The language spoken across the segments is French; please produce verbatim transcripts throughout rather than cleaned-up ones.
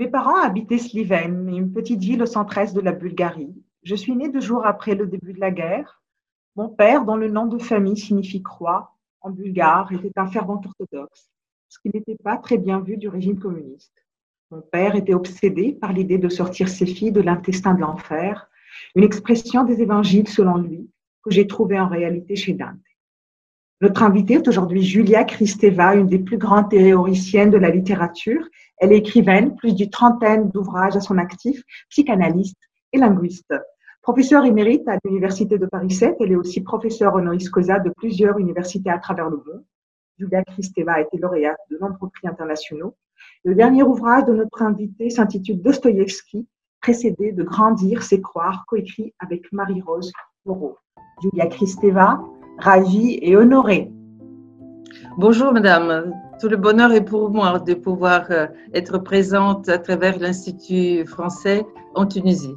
Mes parents habitaient Sliven, une petite ville au centre-est de la Bulgarie. Je suis née deux jours après le début de la guerre. Mon père, dont le nom de famille signifie croix en bulgare, était un fervent orthodoxe, ce qui n'était pas très bien vu du régime communiste. Mon père était obsédé par l'idée de sortir ses filles de l'intestin de l'enfer, une expression des évangiles selon lui, que j'ai trouvée en réalité chez Dante. Notre invitée est aujourd'hui Julia Kristeva, une des plus grandes théoriciennes de la littérature. Elle est écrivaine, plus d'une trentaine d'ouvrages à son actif, psychanalyste et linguiste. Professeure émérite à l'Université de Paris sept, elle est aussi professeure honoris causa de plusieurs universités à travers le monde. Julia Kristeva a été lauréate de nombreux prix internationaux. Le dernier ouvrage de notre invitée s'intitule Dostoïevski, précédé de Grandir, c'est croire, coécrit avec Marie-Rose Moreau. Julia Kristeva, ravie et honorée. Bonjour madame, tout le bonheur est pour moi de pouvoir être présente à travers l'Institut français en Tunisie.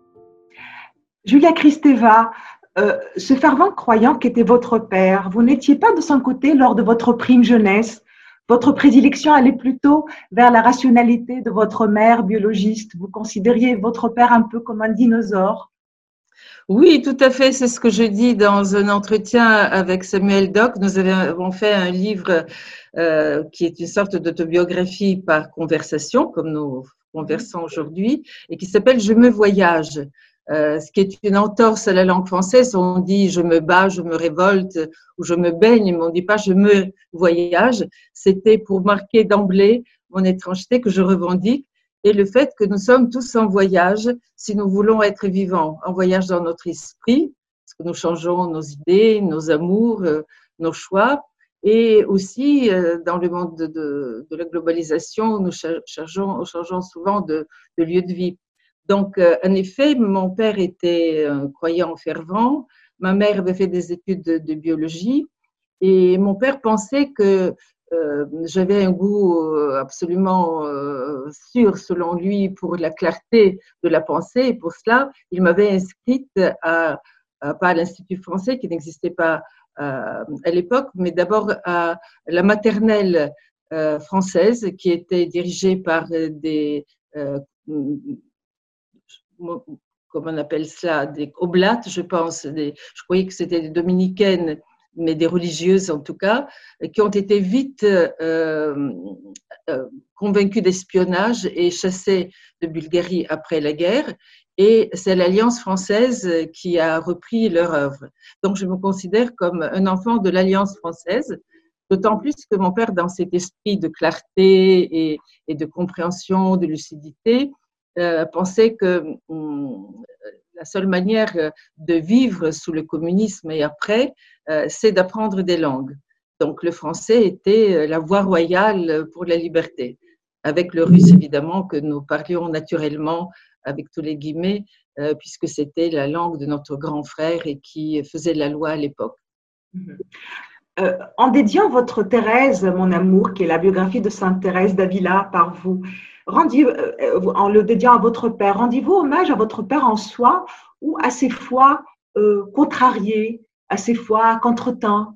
Julia Kristeva, euh, ce fervent croyant qu'était votre père, vous n'étiez pas de son côté lors de votre prime jeunesse. Votre prédilection allait plutôt vers la rationalité de votre mère biologiste. Vous considériez votre père un peu comme un dinosaure. Oui, tout à fait. C'est ce que je dis dans un entretien avec Samuel Doc. Nous avons fait un livre euh, qui est une sorte d'autobiographie par conversation, comme nous conversons aujourd'hui, et qui s'appelle « Je me voyage ». Euh, ce qui est une entorse à la langue française. On dit « je me bats, je me révolte » ou « je me baigne », mais on ne dit pas « je me voyage ». C'était pour marquer d'emblée mon étrangeté que je revendique et le fait que nous sommes tous en voyage si nous voulons être vivants, en voyage dans notre esprit, parce que nous changeons nos idées, nos amours, euh, nos choix, et aussi euh, dans le monde de, de, de la globalisation, nous changeons, changeons souvent de, de lieu de vie. Donc, euh, en effet, mon père était un croyant fervent, ma mère avait fait des études de, de biologie, et mon père pensait que euh, j'avais un goût absolument euh, sûr, selon lui, pour la clarté de la pensée. Et pour cela, il m'avait inscrite à, à pas à l'Institut français, qui n'existait pas euh, à l'époque, mais d'abord à la maternelle euh, française, qui était dirigée par des, euh, comment on appelle cela, des oblates, je pense. Des, je croyais que c'était des dominicaines, mais des religieuses en tout cas, qui ont été vite euh, euh, convaincues d'espionnage et chassées de Bulgarie après la guerre. Et c'est l'Alliance française qui a repris leur œuvre. Donc, je me considère comme un enfant de l'Alliance française, d'autant plus que mon père, dans cet esprit de clarté et, et de compréhension, de lucidité, euh, pensait que hum, la seule manière de vivre sous le communisme et après, euh, c'est d'apprendre des langues. Donc, le français était la voie royale pour la liberté, avec le russe, évidemment, que nous parlions naturellement, avec tous les guillemets, euh, puisque c'était la langue de notre grand frère et qui faisait la loi à l'époque. Euh, en dédiant votre Thérèse, mon amour, qui est la biographie de Sainte Thérèse d'Avila par vous, rendiez, euh, en le dédiant à votre père, rendez-vous hommage à votre père en soi ou à ses fois euh, contrariées, à ses fois contretemps?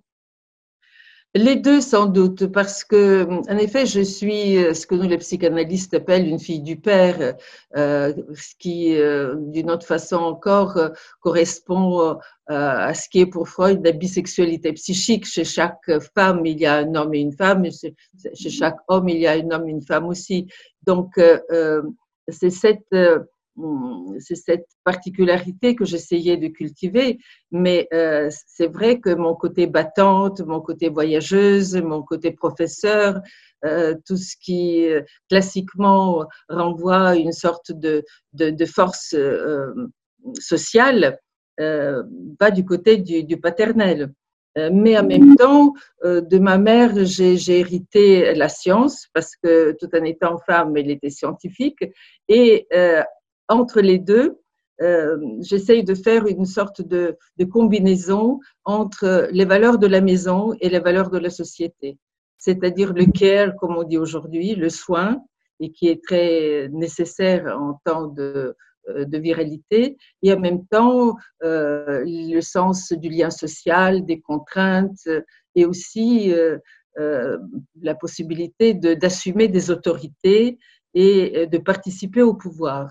Les deux, sans doute, parce que, en effet, je suis ce que nous, les psychanalystes, appellent une fille du père, euh, ce qui, euh, d'une autre façon encore, euh, correspond euh, à ce qui est pour Freud la bisexualité psychique. Chez chaque femme, il y a un homme et une femme, et chez, chez chaque homme, il y a un homme et une femme aussi. Donc, euh, c'est cette… Euh, c'est cette particularité que j'essayais de cultiver, mais euh, c'est vrai que mon côté battante, mon côté voyageuse, mon côté professeur, euh, tout ce qui euh, classiquement renvoie à une sorte de, de, de force euh, sociale, euh, va du côté du, du paternel. Euh, mais en même temps, euh, de ma mère, j'ai, j'ai hérité la science, parce que tout en étant femme, elle était scientifique, et euh, entre les deux, euh, j'essaye de faire une sorte de, de combinaison entre les valeurs de la maison et les valeurs de la société. C'est-à-dire le care, comme on dit aujourd'hui, le soin, et qui est très nécessaire en temps de, de viralité, et en même temps euh, le sens du lien social, des contraintes, et aussi euh, euh, la possibilité de, d'assumer des autorités et de participer au pouvoir,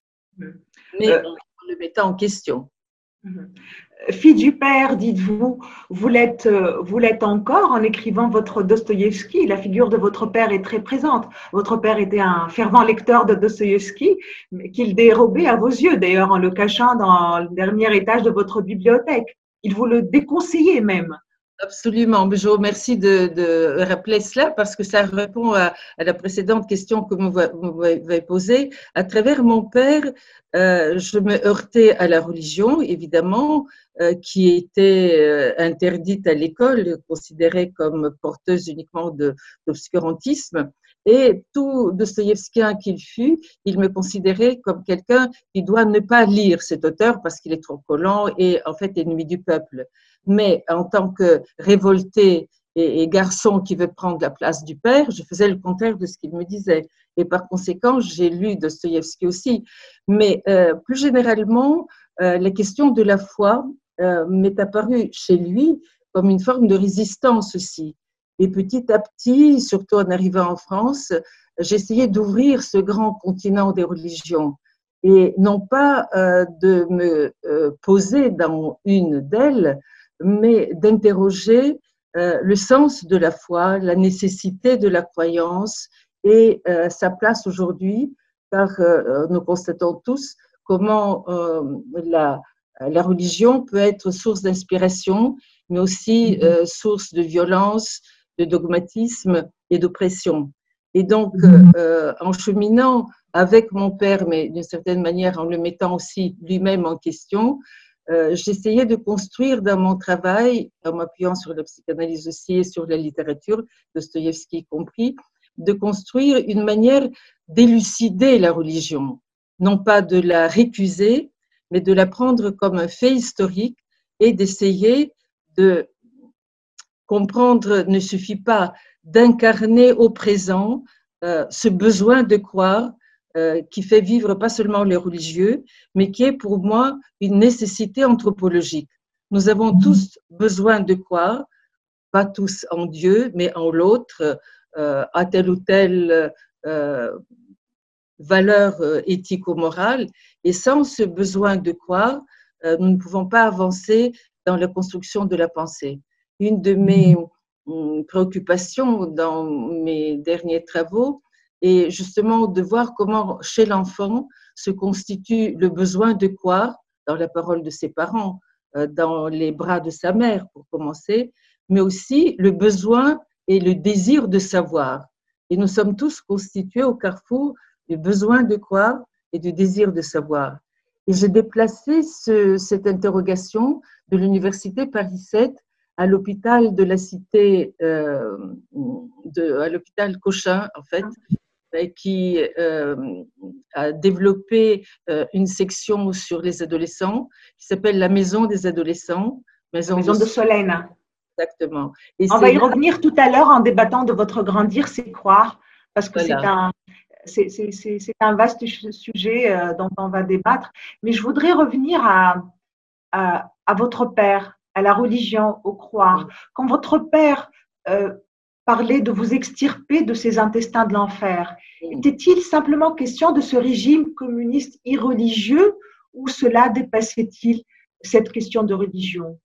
mais Euh, en le mettant en question. Fille du père, dites-vous, vous l'êtes, euh, vous l'êtes encore en écrivant votre Dostoïevski. La figure de votre père est très présente. Votre père était un fervent lecteur de Dostoïevski, qu'il dérobait à vos yeux, d'ailleurs, en le cachant dans le dernier étage de votre bibliothèque. Il vous le déconseillait même. Absolument, mais je vous remercie de, de rappeler cela parce que ça répond à, à la précédente question que vous m'avez posée. À travers mon père, euh, je me heurtais à la religion, évidemment, euh, qui était euh, interdite à l'école, considérée comme porteuse uniquement d'obscurantisme. Et tout dostoïevskien qu'il fut, il me considérait comme quelqu'un qui doit ne pas lire cet auteur parce qu'il est trop collant et en fait ennemi du peuple. Mais en tant que révolté et, et garçon qui veut prendre la place du père, je faisais le contraire de ce qu'il me disait. Et par conséquent, j'ai lu Dostoïevski aussi. Mais euh, plus généralement, euh, la question de la foi euh, m'est apparue chez lui comme une forme de résistance aussi. Et petit à petit, surtout en arrivant en France, j'essayais d'ouvrir ce grand continent des religions et non pas euh, de me euh, poser dans une d'elles, mais d'interroger euh, le sens de la foi, la nécessité de la croyance et euh, sa place aujourd'hui, car euh, nous constatons tous comment euh, la, la religion peut être source d'inspiration, mais aussi euh, source de violence, de dogmatisme et d'oppression. Et donc, euh, en cheminant avec mon père, mais d'une certaine manière en le mettant aussi lui-même en question, euh, j'essayais de construire dans mon travail, en m'appuyant sur la psychanalyse aussi et sur la littérature, Dostoïevski compris, de construire une manière d'élucider la religion, non pas de la récuser, mais de la prendre comme un fait historique et d'essayer de comprendre ne suffit pas d'incarner au présent euh, ce besoin de croire euh, qui fait vivre pas seulement les religieux, mais qui est pour moi une nécessité anthropologique. Nous avons tous besoin de croire, pas tous en Dieu, mais en l'autre, euh, à telle ou telle euh, valeur éthique ou morale. Et sans ce besoin de croire, euh, nous ne pouvons pas avancer dans la construction de la pensée. Une de mes préoccupations dans mes derniers travaux est justement de voir comment chez l'enfant se constitue le besoin de croire dans la parole de ses parents, dans les bras de sa mère pour commencer, mais aussi le besoin et le désir de savoir. Et nous sommes tous constitués au carrefour du besoin de croire et du désir de savoir. Et j'ai déplacé ce, cette interrogation de l'université Paris sept à l'hôpital de la cité, euh, de, à l'hôpital Cochin, en fait, qui euh, a développé euh, une section sur les adolescents qui s'appelle la Maison des adolescents. Maison, maison de, de Solène. Exactement. Et on va y là... revenir tout à l'heure en débattant de votre grandir, c'est croire, parce que voilà. c'est un, c'est un vaste sujet euh, dont on va débattre. Mais je voudrais revenir à, à, à votre père, à la religion, au croire. Quand votre père euh, parlait de vous extirper de ces intestins de l'enfer, était-il simplement question de ce régime communiste irreligieux ou cela dépassait-il cette question de religion?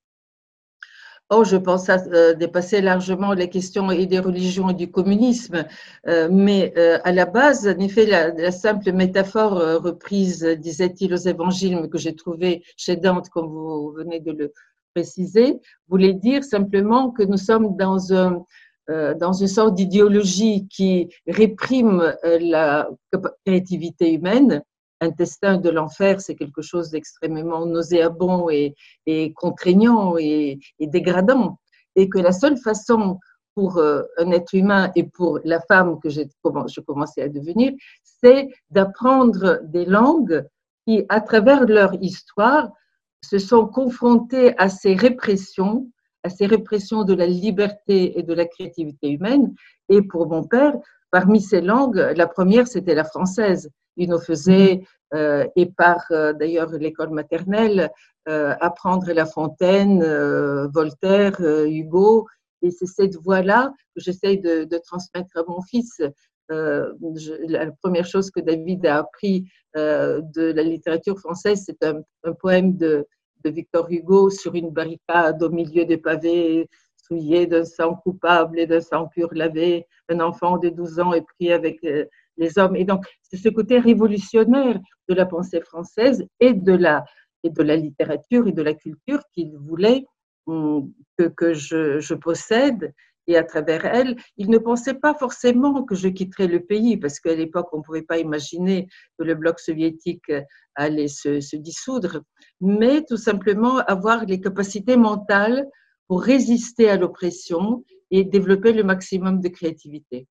Oh, je pense à euh, dépasser largement les questions et des religions et du communisme, euh, mais euh, à la base, en effet, la, la simple métaphore euh, reprise, disait-il, aux évangiles, mais que j'ai trouvée chez Dante, comme vous venez de le préciser, voulait dire simplement que nous sommes dans un euh, dans une sorte d'idéologie qui réprime euh, la créativité humaine. Intestin de l'enfer, c'est quelque chose d'extrêmement nauséabond et, et contraignant et, et dégradant. Et que la seule façon pour euh, un être humain et pour la femme que j'ai, je commençais à devenir, c'est d'apprendre des langues qui, à travers leur histoire, se sont confrontées à ces répressions, à ces répressions de la liberté et de la créativité humaine. Et pour mon père, parmi ces langues, la première, c'était la française. Il nous faisait, euh, et par euh, d'ailleurs l'école maternelle, euh, apprendre La Fontaine, euh, Voltaire, euh, Hugo. Et c'est cette voie-là que j'essaye de, de transmettre à mon fils. euh, je, la première chose que David a appris euh, de la littérature française, c'est un, un poème de, de Victor Hugo sur une barricade au milieu des pavés, souillé d'un sang coupable et d'un sang pur lavé. Un enfant de douze ans est pris avec euh, les hommes. Et donc, c'est ce côté révolutionnaire de la pensée française et de la, et de la littérature et de la culture qu'il voulait hum, que, que je, je possède. Et à travers elle, il ne pensait pas forcément que je quitterais le pays, parce qu'à l'époque, on ne pouvait pas imaginer que le bloc soviétique allait se, se dissoudre, mais tout simplement avoir les capacités mentales pour résister à l'oppression et développer le maximum de créativité.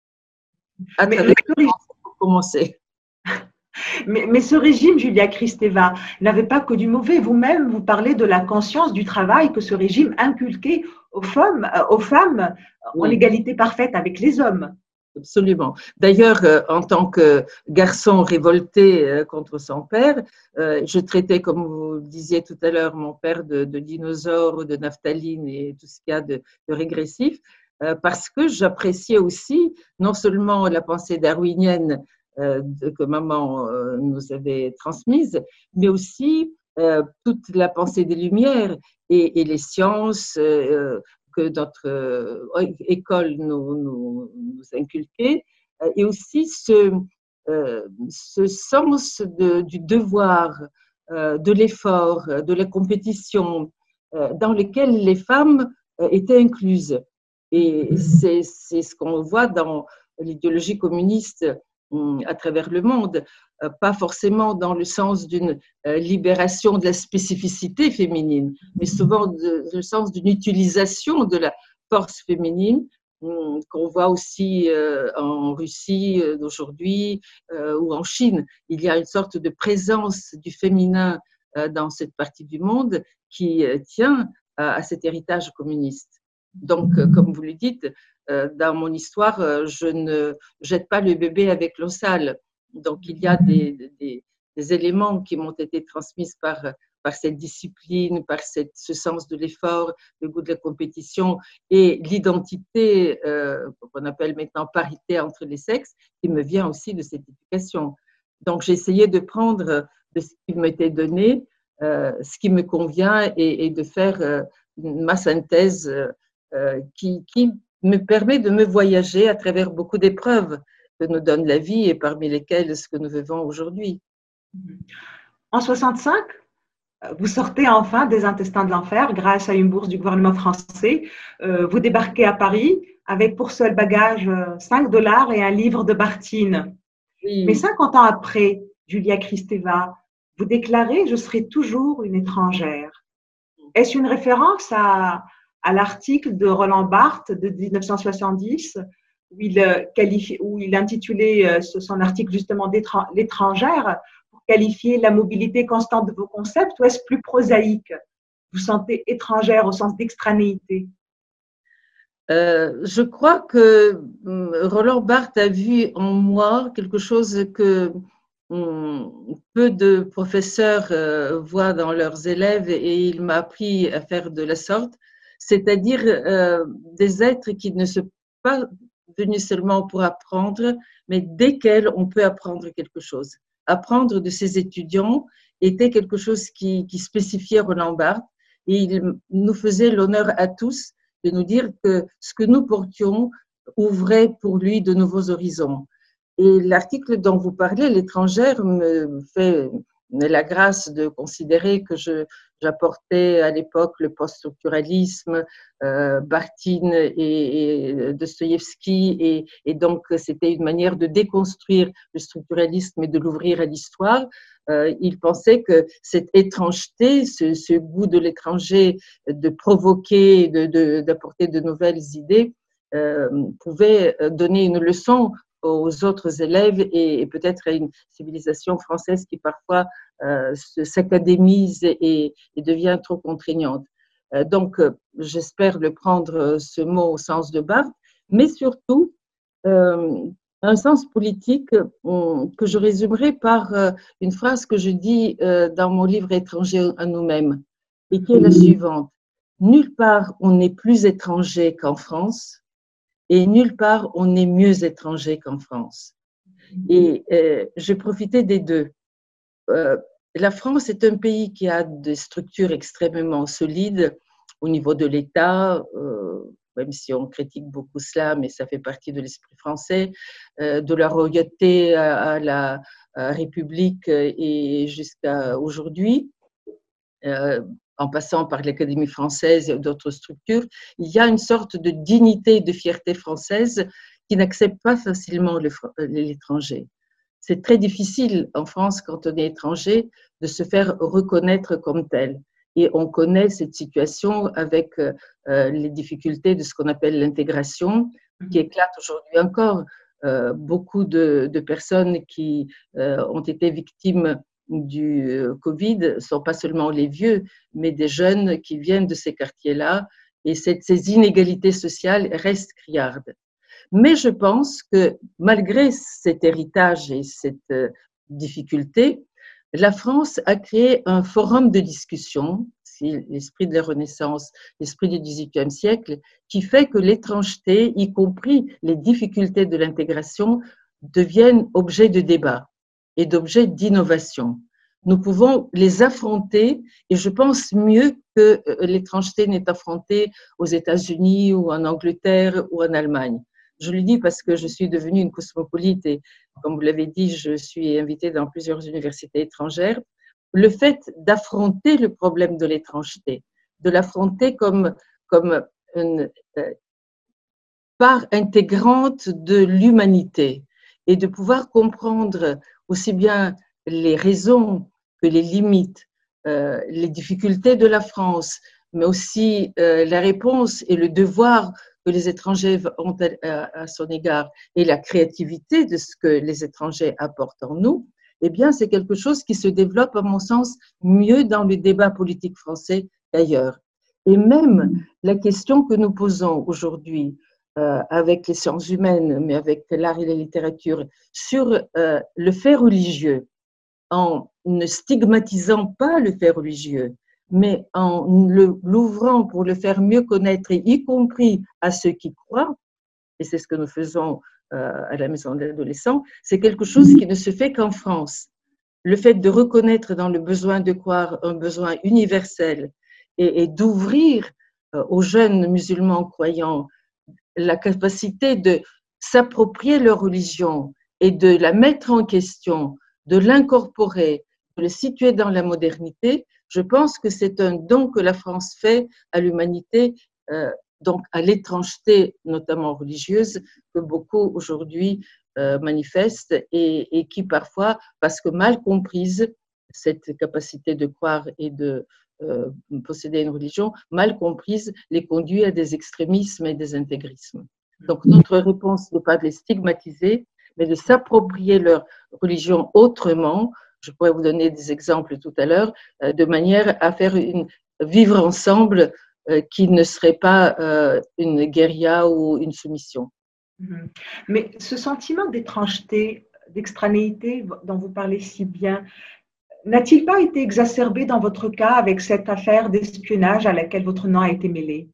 À Mais, travers mais, pour commencer. Mais, mais ce régime, Julia Kristeva, n'avait pas que du mauvais. Vous-même, vous parlez de la conscience du travail que ce régime inculquait aux femmes, euh, aux femmes en Oui. égalité parfaite avec les hommes. Absolument. D'ailleurs, euh, en tant que garçon révolté euh, contre son père, euh, je traitais, comme vous le disiez tout à l'heure, mon père de, de dinosaure, de naphtaline et tout ce qu'il y a de, de régressif, euh, parce que j'appréciais aussi non seulement la pensée darwinienne euh, de, que maman euh, nous avait transmise, mais aussi euh, toute la pensée des Lumières et, et les sciences. Euh, que notre euh, école nous, nous, nous inculquait, euh, et aussi ce, euh, ce sens de, du devoir, euh, de l'effort, de la compétition, euh, dans lequel les femmes euh, étaient incluses. Et c'est ce qu'on voit dans l'idéologie communiste à travers le monde, pas forcément dans le sens d'une libération de la spécificité féminine, mais souvent dans le sens d'une utilisation de la force féminine qu'on voit aussi en Russie d'aujourd'hui ou en Chine. Il y a une sorte de présence du féminin dans cette partie du monde qui tient à cet héritage communiste. Donc, comme vous le dites, dans mon histoire, je ne jette pas le bébé avec l'eau sale. Donc, il y a des, des, des éléments qui m'ont été transmis par, par cette discipline, par cette, ce sens de l'effort, le goût de la compétition et l'identité euh, qu'on appelle maintenant parité entre les sexes, qui me vient aussi de cette éducation. Donc, j'ai essayé de prendre de ce qui m'était donné, euh, ce qui me convient et, et de faire euh, ma synthèse euh, qui, qui me permet de me voyager à travers beaucoup d'épreuves que nous donne la vie et parmi lesquelles ce que nous vivons aujourd'hui. En soixante-cinq, vous sortez enfin des intestins de l'enfer grâce à une bourse du gouvernement français. Euh, vous débarquez à Paris avec pour seul bagage cinq dollars et un livre de Bartine. Oui. Mais cinquante ans après, Julia Kristeva, vous déclarez « Je serai toujours une étrangère ». Est-ce une référence à, à l'article de Roland Barthes de mille neuf cent soixante-dix où il, qualifie, où il intitulait son article justement « L'étrangère » pour qualifier la mobilité constante de vos concepts, ou est-ce plus prosaïque? Vous sentez étrangère au sens d'extranéité? Euh, je crois que Roland Barthes a vu en moi quelque chose que hum, peu de professeurs euh, voient dans leurs élèves, et il m'a appris à faire de la sorte, c'est-à-dire euh, des êtres qui ne sont pas venus seulement pour apprendre, mais desquels on peut apprendre quelque chose. Apprendre de ses étudiants était quelque chose qui, qui spécifiait Roland Barthes, et il nous faisait l'honneur à tous de nous dire que ce que nous portions ouvrait pour lui de nouveaux horizons. Et l'article dont vous parlez, l'étrangère, me fait la grâce de considérer que je, j'apportais à l'époque le post-structuralisme, euh, Bartine et, et Dostoïevski, et, et donc c'était une manière de déconstruire le structuralisme et de l'ouvrir à l'histoire. Euh, il pensait que cette étrangeté, ce, ce goût de l'étranger, de provoquer, de, de, d'apporter de nouvelles idées, euh, pouvait donner une leçon aux autres élèves et, et peut-être à une civilisation française qui parfois euh, s'académise et, et devient trop contraignante. Euh, donc, euh, j'espère le prendre ce mot au sens de Barthes, mais surtout euh, un sens politique euh, que je résumerai par euh, une phrase que je dis euh, dans mon livre Étranger à nous-mêmes, et qui est la suivante. Nulle part on n'est plus étranger qu'en France, et nulle part on est mieux étranger qu'en France. Et euh, j'ai profité des deux. Euh, la France est un pays qui a des structures extrêmement solides au niveau de l'État, euh, même si on critique beaucoup cela, mais ça fait partie de l'esprit français, euh, de la royauté à, à la à République et jusqu'à aujourd'hui. Euh, en passant par l'Académie française et d'autres structures, il y a une sorte de dignité et de fierté française qui n'accepte pas facilement l'étranger. C'est très difficile en France, quand on est étranger, de se faire reconnaître comme tel. Et on connaît cette situation avec euh, les difficultés de ce qu'on appelle l'intégration, qui éclate aujourd'hui encore. Euh, beaucoup de, de personnes qui euh, ont été victimes du Covid ne sont pas seulement les vieux, mais des jeunes qui viennent de ces quartiers-là. Et cette, ces inégalités sociales restent criardes. Mais je pense que malgré cet héritage et cette difficulté, la France a créé un forum de discussion, c'est l'esprit de la Renaissance, l'esprit du dix-huitième siècle, qui fait que l'étrangeté, y compris les difficultés de l'intégration, deviennent objet de débat et d'objet d'innovation. Nous pouvons les affronter, et je pense mieux que l'étrangeté n'est affrontée aux États-Unis ou en Angleterre ou en Allemagne. Je le dis parce que je suis devenue une cosmopolite et, comme vous l'avez dit, je suis invitée dans plusieurs universités étrangères. Le fait d'affronter le problème de l'étrangeté, de l'affronter comme, comme une euh, part intégrante de l'humanité et de pouvoir comprendre aussi bien les raisons que les limites, euh, les difficultés de la France, mais aussi euh, la réponse et le devoir que les étrangers ont à, à son égard et la créativité de ce que les étrangers apportent en nous, eh bien, c'est quelque chose qui se développe, à mon sens, mieux dans le débat politique français qu'ailleurs. Et même la question que nous posons aujourd'hui euh, avec les sciences humaines, mais avec l'art et la littérature, sur euh, le fait religieux, en ne stigmatisant pas le fait religieux, mais en l'ouvrant pour le faire mieux connaître, et y compris à ceux qui croient, et c'est ce que nous faisons euh, à la Maison de l'Adolescent, c'est quelque chose qui ne se fait qu'en France. Le fait de reconnaître dans le besoin de croire un besoin universel et, et d'ouvrir euh, aux jeunes musulmans croyants la capacité de s'approprier leur religion et de la mettre en question, de l'incorporer, de le situer dans la modernité, je pense que c'est un don que la France fait à l'humanité, euh, donc à l'étrangeté, notamment religieuse, que beaucoup aujourd'hui euh, manifestent et, et qui parfois, parce que mal comprise, cette capacité de croire et de euh, posséder une religion, mal comprise, les conduit à des extrémismes et des intégrismes. Donc notre réponse n'est pas de les stigmatiser, mais de s'approprier leur religion autrement. Je pourrais vous donner des exemples tout à l'heure, euh, de manière à faire une, vivre ensemble euh, qui ne serait pas euh, une guérilla ou une soumission. Mais ce sentiment d'étrangeté, d'extranéité dont vous parlez si bien, n'a-t-il pas été exacerbé dans votre cas avec cette affaire d'espionnage à laquelle votre nom a été mêlé?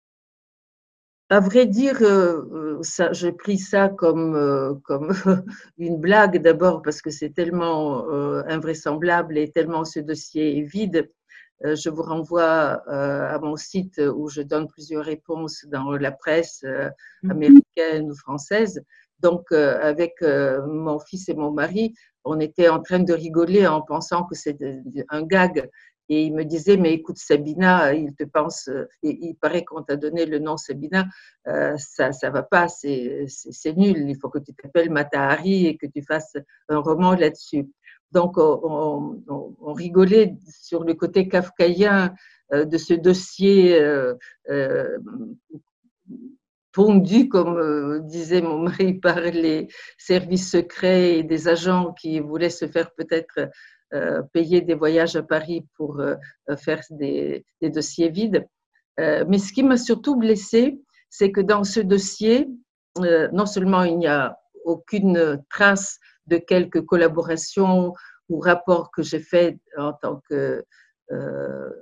À vrai dire, euh, ça, j'ai pris ça comme, euh, comme une blague d'abord parce que c'est tellement euh, invraisemblable et tellement ce dossier est vide. Euh, je vous renvoie euh, à mon site où je donne plusieurs réponses dans la presse euh, américaine ou française. Donc, euh, avec euh, mon fils et mon mari, on était en train de rigoler en pensant que c'était un gag. Et il me disait, mais écoute Sabina, il te pense, il, il paraît qu'on t'a donné le nom Sabina, euh, ça ça va pas, c'est nul, il faut que tu t'appelles Mata Hari et que tu fasses un roman là-dessus. Donc on, on, on, rigolait sur le côté kafkaïen euh, de ce dossier euh, euh, pondu, comme euh, disait mon mari, par les services secrets et des agents qui voulaient se faire peut-être euh, payer des voyages à Paris pour euh, faire des, des dossiers vides. Euh, mais ce qui m'a surtout blessée, c'est que dans ce dossier, euh, non seulement il n'y a aucune trace de quelque collaboration ou rapport que j'ai fait en tant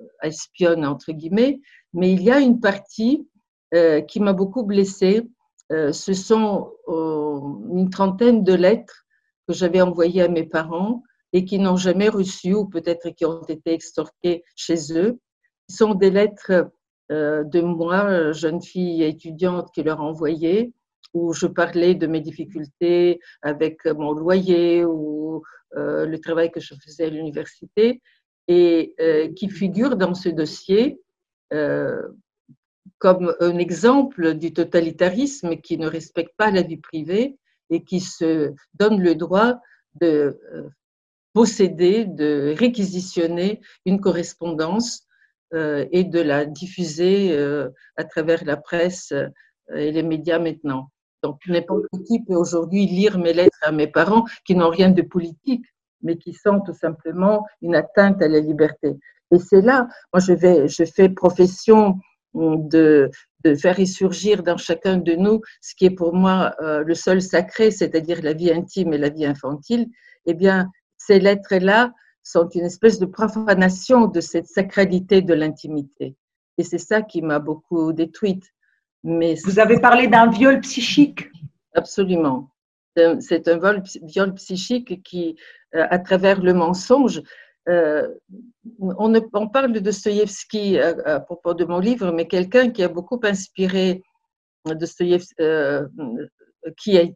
qu'espionne, euh, entre guillemets, mais il y a une partie euh, qui m'a beaucoup blessée, euh, ce sont euh, une trentaine de lettres que j'avais envoyées à mes parents et qui n'ont jamais reçu ou peut-être qui ont été extorquées chez eux. Ce sont des lettres euh, de moi, jeune fille étudiante, qui leur envoyais, où je parlais de mes difficultés avec mon loyer ou euh, le travail que je faisais à l'université, et euh, qui figure dans ce dossier euh, comme un exemple du totalitarisme qui ne respecte pas la vie privée et qui se donne le droit de euh, posséder, de réquisitionner une correspondance euh, et de la diffuser euh, à travers la presse euh, et les médias maintenant. Donc, n'importe qui peut aujourd'hui lire mes lettres à mes parents qui n'ont rien de politique, mais qui sont tout simplement une atteinte à la liberté. Et c'est là, moi, je, vais, je fais profession de, de faire ressurgir dans chacun de nous ce qui est pour moi euh, le seul sacré, c'est-à-dire la vie intime et la vie infantile. Eh bien, ces lettres-là sont une espèce de profanation de cette sacralité de l'intimité. Et c'est ça qui m'a beaucoup détruite. Mais Vous avez parlé d'un viol psychique. Absolument. C'est un viol, viol psychique qui, euh, à travers le mensonge, euh, on, ne, on parle de Dostoïevski à, à propos de mon livre, mais quelqu'un qui a beaucoup inspiré Dostoïevski, euh, qui a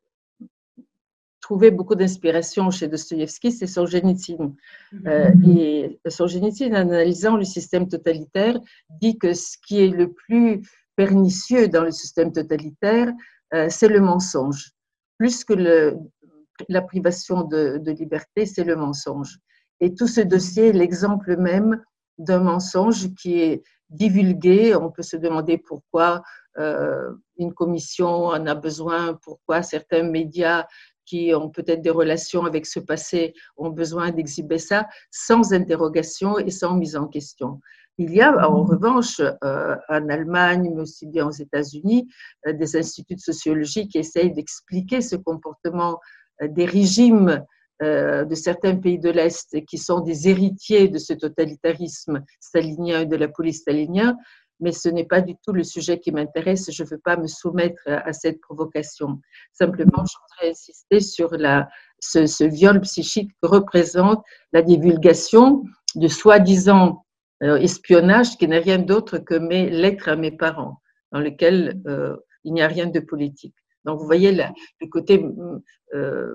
trouvé beaucoup d'inspiration chez Dostoïevski, c'est Solzhenitsyn. Euh, et Solzhenitsyn, en analysant le système totalitaire, dit que ce qui est le plus pernicieux dans le système totalitaire, euh, c'est le mensonge. Plus que le, la privation de, de liberté, c'est le mensonge. Et tout ce dossier est l'exemple même d'un mensonge qui est divulgué. On peut se demander pourquoi euh, une commission en a besoin, pourquoi certains médias qui ont peut-être des relations avec ce passé ont besoin d'exhiber ça sans interrogation et sans mise en question. Il y a en revanche euh, en Allemagne, mais aussi bien aux États-Unis, euh, des instituts de sociologie qui essayent d'expliquer ce comportement euh, des régimes euh, de certains pays de l'Est qui sont des héritiers de ce totalitarisme stalinien et de la police stalinien, mais ce n'est pas du tout le sujet qui m'intéresse. Je ne veux pas me soumettre à cette provocation. Simplement, je voudrais insister sur la, ce, ce viol psychique que représente la divulgation de soi-disant euh, espionnage qui n'est rien d'autre que mes lettres à mes parents, dans lesquelles euh, il n'y a rien de politique. Donc, vous voyez la, le côté euh,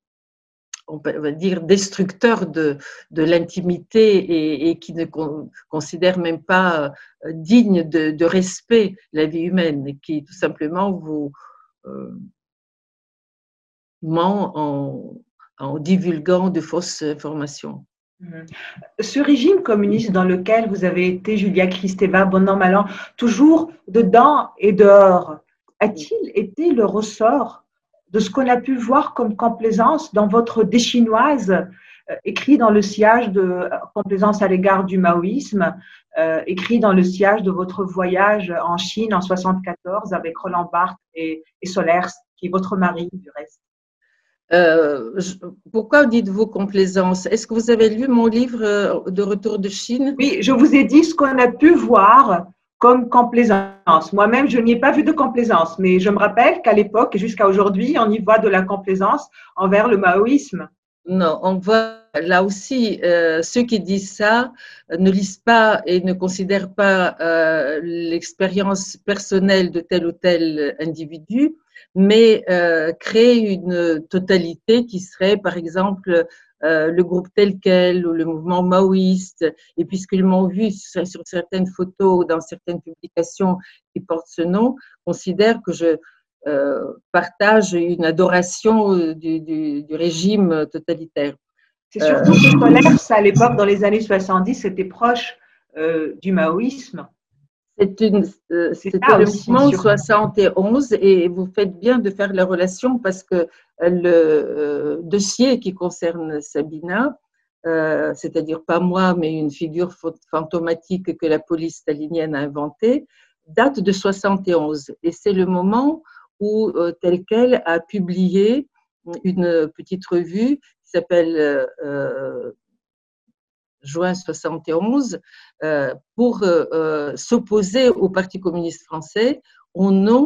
on va dire, destructeur de, de l'intimité et, et qui ne con, considère même pas euh, digne de, de respect la vie humaine et qui tout simplement vous euh, ment en, en divulguant de fausses informations. Ce régime communiste dans lequel vous avez été, Julia Kristeva, bon an, mal an, toujours dedans et dehors, a-t-il été le ressort de ce qu'on a pu voir comme complaisance dans votre Déchinoise, euh, écrit dans le sillage de euh, complaisance à l'égard du maoïsme, euh, écrit dans le sillage de votre voyage en Chine en soixante-quatorze avec Roland Barthes et, et Solers, qui est votre mari du reste? Euh, je, pourquoi dites-vous complaisance? Est-ce que vous avez lu mon livre de Retour de Chine? Oui, je vous ai dit ce qu'on a pu voir comme complaisance. Moi-même, je n'y ai pas vu de complaisance, mais je me rappelle qu'à l'époque et jusqu'à aujourd'hui, on y voit de la complaisance envers le maoïsme. Non, on voit là aussi, euh, ceux qui disent ça euh, ne lisent pas et ne considèrent pas euh, l'expérience personnelle de tel ou tel individu, mais euh, créent une totalité qui serait, par exemple, euh, le groupe tel quel ou le mouvement maoïste. Et puisqu'ils m'ont vu sur, sur certaines photos ou dans certaines publications qui portent ce nom, considèrent que je Euh, partagent une adoration du, du, du régime totalitaire. C'est surtout euh, que Solers, à l'époque, dans les années soixante-dix, c'était proche euh, du maoïsme. C'était euh, le mouvement soixante et onze et vous faites bien de faire la relation parce que le euh, dossier qui concerne Sabina, euh, c'est-à-dire pas moi, mais une figure fantomatique que la police stalinienne a inventée, date de soixante et onze. Et c'est le moment où euh, tel quel a publié une petite revue qui s'appelle euh, Juin soixante et onze euh, pour euh, s'opposer au Parti communiste français au nom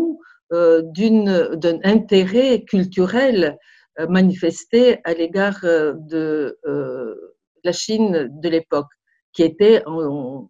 euh, d'une, d'un intérêt culturel euh, manifesté à l'égard euh, de euh, la Chine de l'époque, qui était en, en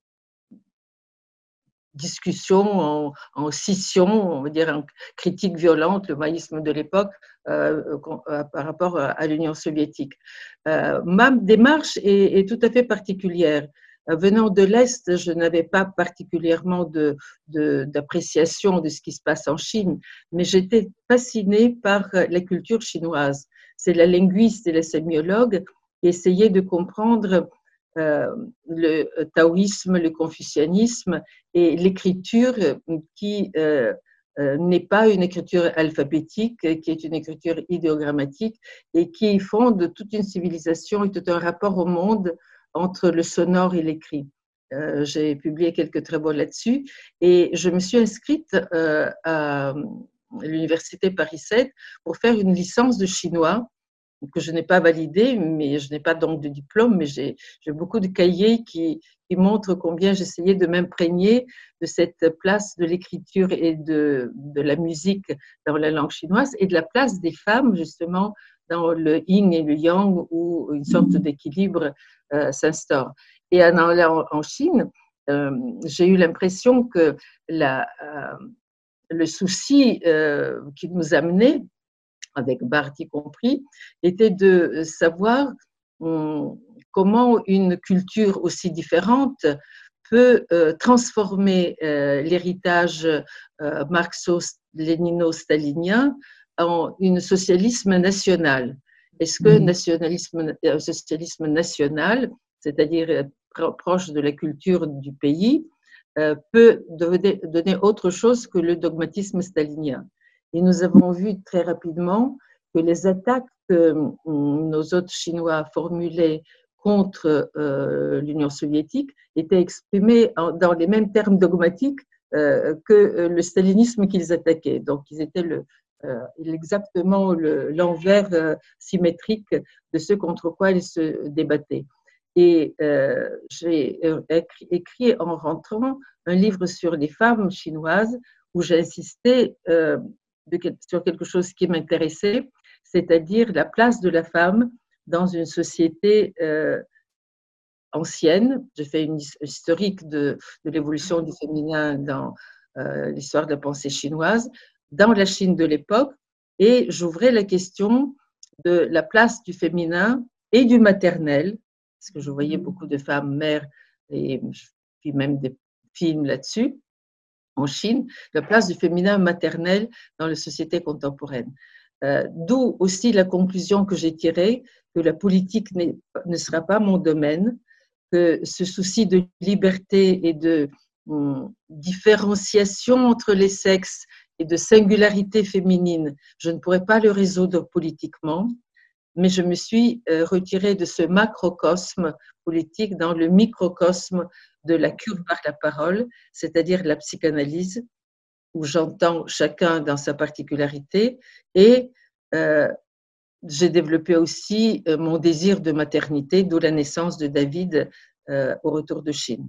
discussion, en, en scission, on va dire en critique violente, le maïsme de l'époque euh, euh, par rapport à, à l'Union soviétique. Euh, ma démarche est, est tout à fait particulière. Euh, venant de l'Est, je n'avais pas particulièrement de, de, d'appréciation de ce qui se passe en Chine, mais j'étais fascinée par la culture chinoise. C'est la linguiste et la sémiologue qui essayaient de comprendre euh, le taoïsme, le confucianisme et l'écriture qui euh, euh, n'est pas une écriture alphabétique, qui est une écriture idéogrammatique et qui fonde toute une civilisation et tout un rapport au monde entre le sonore et l'écrit. Euh, j'ai publié quelques travaux là-dessus et je me suis inscrite euh, à l'université Paris sept pour faire une licence de chinois que je n'ai pas validé, mais je n'ai pas donc de diplôme, mais j'ai beaucoup de cahiers qui, qui montrent combien j'essayais de m'imprégner de cette place de l'écriture et de, de la musique dans la langue chinoise et de la place des femmes justement dans le yin et le yang où une sorte d'équilibre euh, s'instaure. Et en allant en Chine, euh, j'ai eu l'impression que la, euh, le souci euh, qui nous amenait avec Barthes y compris, était de savoir hum, comment une culture aussi différente peut euh, transformer euh, l'héritage euh, marxo-lénino-stalinien en un socialisme national. Est-ce que nationalisme, euh, socialisme national, c'est-à-dire euh, proche de la culture du pays, euh, peut donner, donner autre chose que le dogmatisme stalinien? Et nous avons vu très rapidement que les attaques que nos hôtes chinois formulaient contre euh, l'Union soviétique étaient exprimées en, dans les mêmes termes dogmatiques euh, que le stalinisme qu'ils attaquaient. Donc, ils étaient le, euh, exactement l'envers euh, symétrique de ce contre quoi ils se débattaient. Et euh, j'ai écrit, écrit en rentrant un livre sur les femmes chinoises où j'ai insisté euh, de, sur quelque chose qui m'intéressait, c'est-à-dire la place de la femme dans une société euh, ancienne. J'ai fait une historique de, de l'évolution du féminin dans euh, l'histoire de la pensée chinoise, dans la Chine de l'époque, et j'ouvrais la question de la place du féminin et du maternel, parce que je voyais beaucoup de femmes mères, et puis même des films là-dessus, en Chine, la place du féminin maternel dans la société contemporaine. Euh, D'où aussi la conclusion que j'ai tirée que la politique ne sera pas mon domaine, que ce souci de liberté et de hum, différenciation entre les sexes et de singularité féminine, je ne pourrais pas le résoudre politiquement, mais je me suis euh, retirée de ce macrocosme politique dans le microcosme de la cure par la parole, c'est-à-dire la psychanalyse, où j'entends chacun dans sa particularité, et euh, j'ai développé aussi euh, mon désir de maternité, d'où la naissance de David euh, au retour de Chine.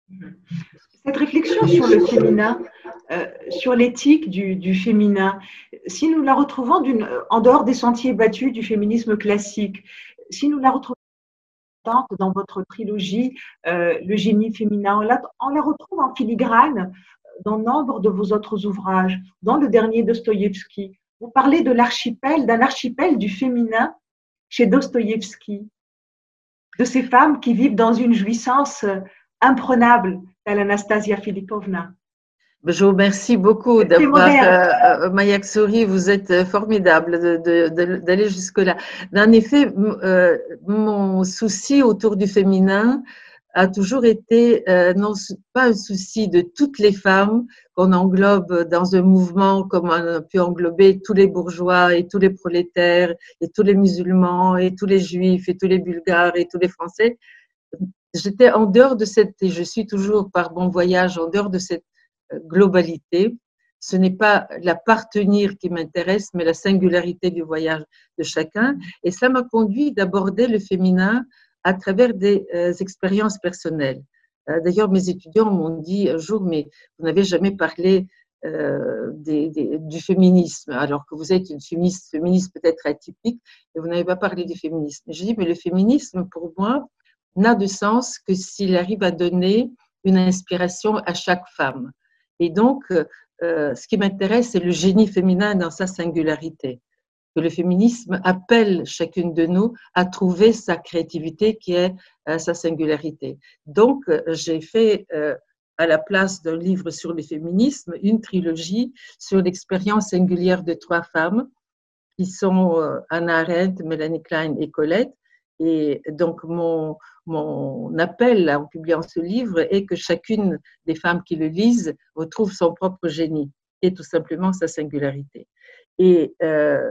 Cette réflexion sur le féminin, euh, sur l'éthique du, du féminin, si nous la retrouvons en dehors des sentiers battus du féminisme classique, si nous la retrouvons dans votre trilogie, euh, Le génie féminin, on la, on la retrouve en filigrane dans nombre de vos autres ouvrages, dans le dernier Dostoïevski. Vous parlez de l'archipel, d'un archipel du féminin chez Dostoïevski, de ces femmes qui vivent dans une jouissance imprenable, telle Anastasia Filipovna. Je vous remercie beaucoup d'avoir, euh, Maya Ksouri, vous êtes formidable d'aller jusque-là. En effet, euh, mon souci autour du féminin a toujours été euh, non pas un souci de toutes les femmes qu'on englobe dans un mouvement comme on a pu englober tous les bourgeois et tous les prolétaires et tous les musulmans et tous les juifs et tous les bulgares et tous les français. J'étais en dehors de cette, et je suis toujours par bon voyage en dehors de cette globalité. Ce n'est pas l'appartenir qui m'intéresse, mais la singularité du voyage de chacun. Et ça m'a conduit d'aborder le féminin à travers des euh, expériences personnelles. Euh, D'ailleurs, mes étudiants m'ont dit un jour, mais vous n'avez jamais parlé euh, des, des, du féminisme, alors que vous êtes une féministe, féministe peut-être atypique, et vous n'avez pas parlé du féminisme. Je dis, mais le féminisme, pour moi, n'a de sens que s'il arrive à donner une inspiration à chaque femme. Et donc, euh, ce qui m'intéresse, c'est le génie féminin dans sa singularité. Que le féminisme appelle chacune de nous à trouver sa créativité qui est euh, sa singularité. Donc, euh, j'ai fait, euh, à la place d'un livre sur le féminisme, une trilogie sur l'expérience singulière de trois femmes qui sont euh, Hannah Arendt, Mélanie Klein et Colette. Et donc, mon, mon appel en publiant ce livre est que chacune des femmes qui le lisent retrouve son propre génie et tout simplement sa singularité. Et euh,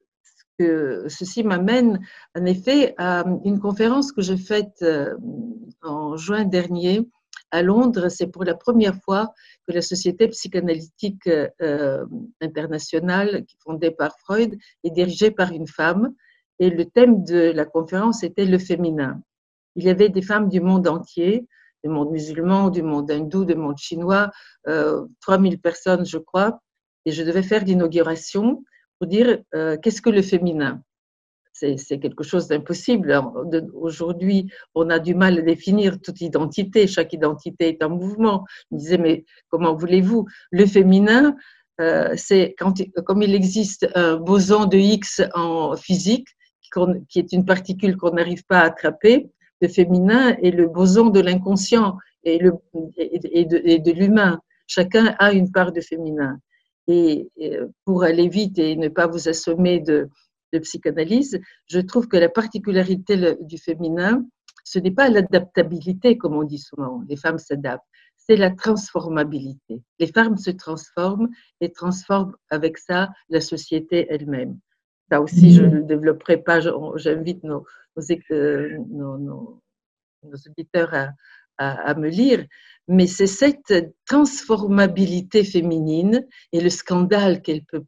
que ceci m'amène en effet à une conférence que j'ai faite en juin dernier à Londres. C'est pour la première fois que la Société psychanalytique euh, internationale, fondée par Freud, est dirigée par une femme. Et le thème de la conférence était le féminin. Il y avait des femmes du monde entier, du monde musulman, du monde hindou, du monde chinois, euh, trois mille personnes, je crois. Et je devais faire l'inauguration pour dire euh, qu'est-ce que le féminin. C'est quelque chose d'impossible. Aujourd'hui, on a du mal à définir toute identité. Chaque identité est un mouvement. Je me disais, mais comment voulez-vous? Le féminin, euh, c'est quand, comme il existe un boson de Higgs en physique, qui est une particule qu'on n'arrive pas à attraper, le féminin est le boson de l'inconscient et, le, et de, et de l'humain. Chacun a une part de féminin. Et pour aller vite et ne pas vous assommer de, de psychanalyse, je trouve que la particularité du féminin, ce n'est pas l'adaptabilité, comme on dit souvent, les femmes s'adaptent, c'est la transformabilité. Les femmes se transforment et transforment avec ça la société elle-même. Ça aussi, je ne le développerai pas, j'invite nos, nos, nos, nos, nos auditeurs à, à, à me lire, mais c'est cette transformabilité féminine et le scandale qu'elle peut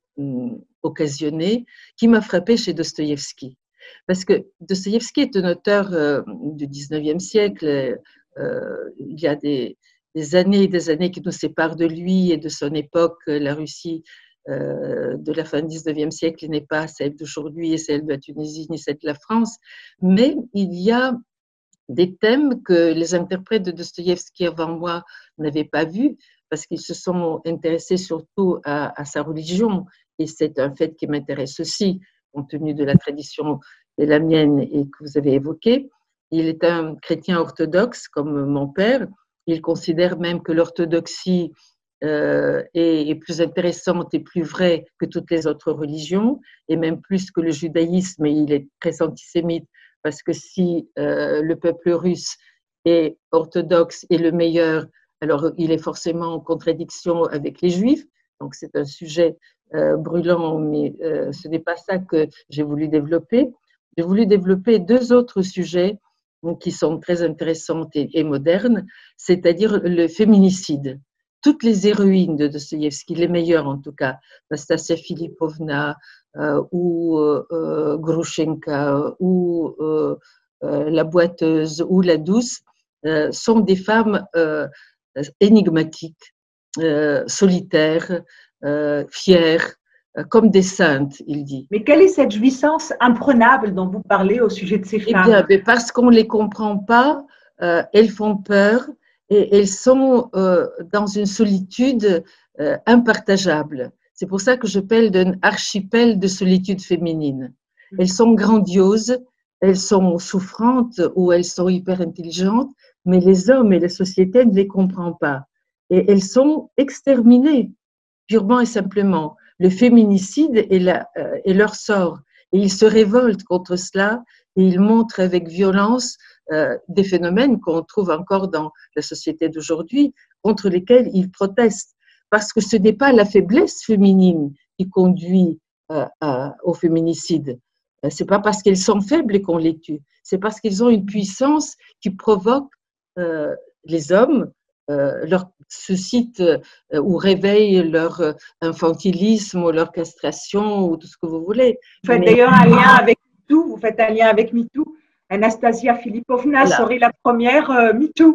occasionner qui m'a frappée chez Dostoïevski. Parce que Dostoïevski est un auteur euh, du dix-neuvième siècle. Euh, il y a des, des années et des années qui nous séparent de lui et de son époque. La Russie euh, de la fin du dix-neuvième siècle n'est pas celle d'aujourd'hui et celle de la Tunisie ni celle de la France. Mais il y a des thèmes que les interprètes de Dostoïevski avant moi n'avaient pas vus parce qu'ils se sont intéressés surtout à, à sa religion. Et c'est un fait qui m'intéresse aussi, compte tenu de la tradition et la mienne et que vous avez évoquée. Il est un chrétien orthodoxe comme mon père. Il considère même que l'orthodoxie euh, est, est plus intéressante et plus vraie que toutes les autres religions, et même plus que le judaïsme. Et il est très antisémite parce que si euh, le peuple russe est orthodoxe et le meilleur, alors il est forcément en contradiction avec les juifs. Donc c'est un sujet euh, brûlant, mais euh, ce n'est pas ça que j'ai voulu développer. J'ai voulu développer deux autres sujets qui sont très intéressants et, et modernes, c'est-à-dire le féminicide. Toutes les héroïnes de Dostoïevski, les meilleures en tout cas, Nastasia Filipovna euh, ou euh, Grushenka ou euh, euh, la boiteuse ou la douce, euh, sont des femmes euh, énigmatiques, euh, solitaires, euh, fières, euh, comme des saintes, il dit. Mais quelle est cette jouissance imprenable dont vous parlez au sujet de ces Eh femmes? bien, parce qu'on ne les comprend pas, euh, elles font peur et elles sont euh, dans une solitude euh, impartageable. C'est pour ça que je parle d'un archipel de solitude féminine. Elles sont grandioses, elles sont souffrantes ou elles sont hyper intelligentes, mais les hommes et la société ne les comprennent pas. Et elles sont exterminées, purement et simplement. Le féminicide est, la, euh, est leur sort. Et ils se révoltent contre cela et ils montrent avec violence euh, des phénomènes qu'on trouve encore dans la société d'aujourd'hui, contre lesquels ils protestent. Parce que ce n'est pas la faiblesse féminine qui conduit euh, à, au féminicide. Ce n'est pas parce qu'elles sont faibles qu'on les tue. C'est parce qu'ils ont une puissance qui provoque euh, les hommes, euh, leur suscite euh, ou réveille leur infantilisme ou leur castration ou tout ce que vous voulez. Vous faites d'ailleurs un lien avec MeToo. Vous faites un lien avec MeToo. Anastasia Filipovna voilà. serait la première euh, MeToo.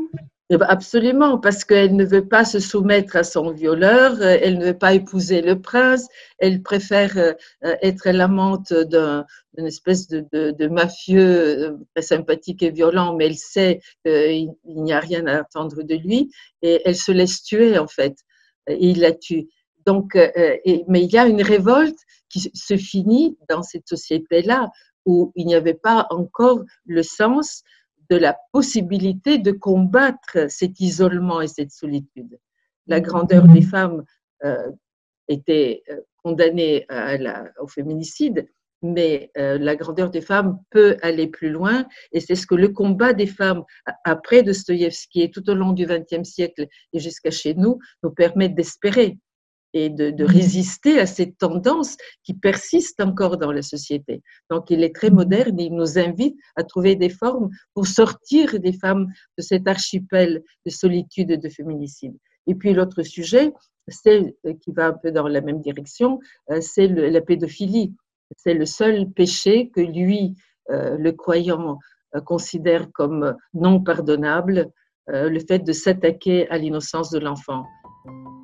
Eh ben, absolument, parce qu'elle ne veut pas se soumettre à son violeur, euh, elle ne veut pas épouser le prince, elle préfère euh, euh, être l'amante d'un, d'une espèce de, de, de mafieux euh, très sympathique et violent, mais elle sait qu'il n'y a rien à attendre de lui et elle se laisse tuer en fait, et il la tue. Donc, euh, et, mais il y a une révolte qui se finit dans cette société-là où il n'y avait pas encore le sens de la possibilité de combattre cet isolement et cette solitude. La grandeur des femmes euh, était euh, condamnée à la, au féminicide, mais euh, la grandeur des femmes peut aller plus loin, et c'est ce que le combat des femmes après Dostoïevski et tout au long du vingtième siècle et jusqu'à chez nous nous permet d'espérer et de, de résister à cette tendance qui persiste encore dans la société. Donc, il est très moderne et il nous invite à trouver des formes pour sortir des femmes de cet archipel de solitude et de féminicide. Et puis, l'autre sujet, c'est, qui va un peu dans la même direction, c'est le, la pédophilie. C'est le seul péché que lui, euh, le croyant, euh, considère comme non pardonnable, euh, le fait de s'attaquer à l'innocence de l'enfant.